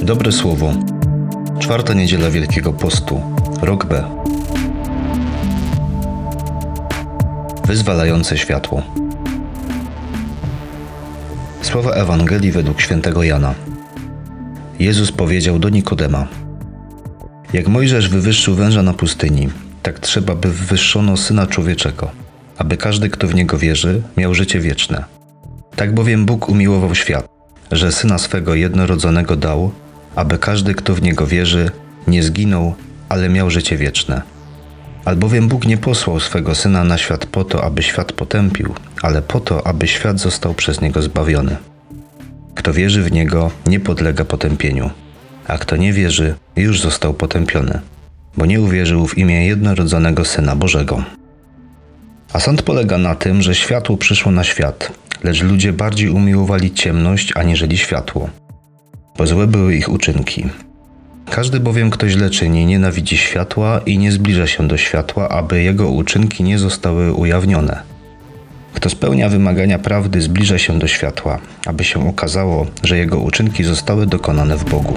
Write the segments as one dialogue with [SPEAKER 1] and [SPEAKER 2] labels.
[SPEAKER 1] Dobre słowo. 4. niedziela Wielkiego Postu. Rok B. Wyzwalające światło. Słowa Ewangelii według świętego Jana. Jezus powiedział do Nikodema: jak Mojżesz wywyższył węża na pustyni, tak trzeba, by wywyższono Syna Człowieczego, aby każdy, kto w Niego wierzy, miał życie wieczne. Tak bowiem Bóg umiłował świat, że Syna swego jednorodzonego dał, aby każdy, kto w Niego wierzy, nie zginął, ale miał życie wieczne. Albowiem Bóg nie posłał swego Syna na świat po to, aby świat potępił, ale po to, aby świat został przez Niego zbawiony. Kto wierzy w Niego, nie podlega potępieniu, a kto nie wierzy, już został potępiony, bo nie uwierzył w imię jednorodzonego Syna Bożego. A sąd polega na tym, że światło przyszło na świat, lecz ludzie bardziej umiłowali ciemność aniżeli światło, bo złe były ich uczynki. Każdy bowiem, kto źle czyni, nienawidzi światła i nie zbliża się do światła, aby jego uczynki nie zostały ujawnione. Kto spełnia wymagania prawdy, zbliża się do światła, aby się okazało, że jego uczynki zostały dokonane w Bogu.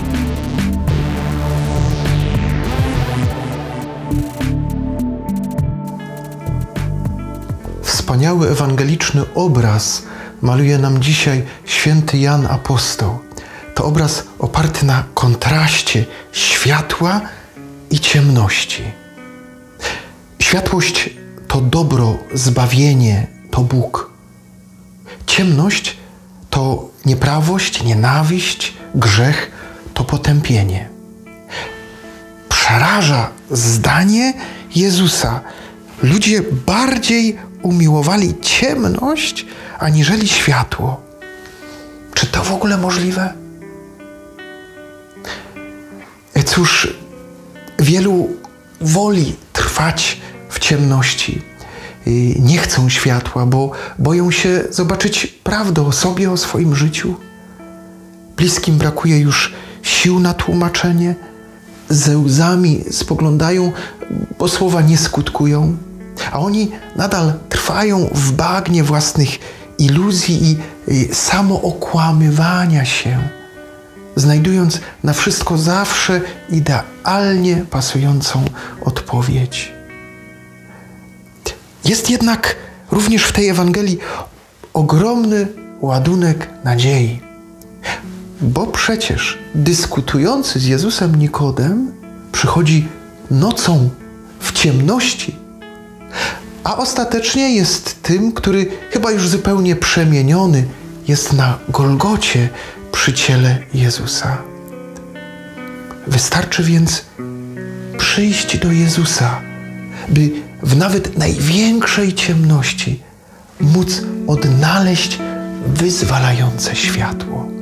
[SPEAKER 2] Wspaniały ewangeliczny obraz maluje nam dzisiaj święty Jan Apostoł. To obraz oparty na kontraście światła i ciemności. Światłość to dobro, zbawienie, to Bóg. Ciemność to nieprawość, nienawiść, grzech, to potępienie. Przeraża zdanie Jezusa. Ludzie bardziej umiłowali ciemność aniżeli światło. Czy to w ogóle możliwe? Cóż, wielu woli trwać w ciemności. Nie chcą światła, bo boją się zobaczyć prawdę o sobie, o swoim życiu. Bliskim brakuje już sił na tłumaczenie. Ze łzami spoglądają, bo słowa nie skutkują. A oni nadal trwają w bagnie własnych iluzji i samookłamywania się, znajdując na wszystko zawsze idealnie pasującą odpowiedź. Jest jednak również w tej Ewangelii ogromny ładunek nadziei, bo przecież dyskutujący z Jezusem Nikodem przychodzi nocą w ciemności, a ostatecznie jest tym, który chyba już zupełnie przemieniony jest na Golgocie przy ciele Jezusa. Wystarczy więc przyjść do Jezusa, by w nawet największej ciemności móc odnaleźć wyzwalające światło.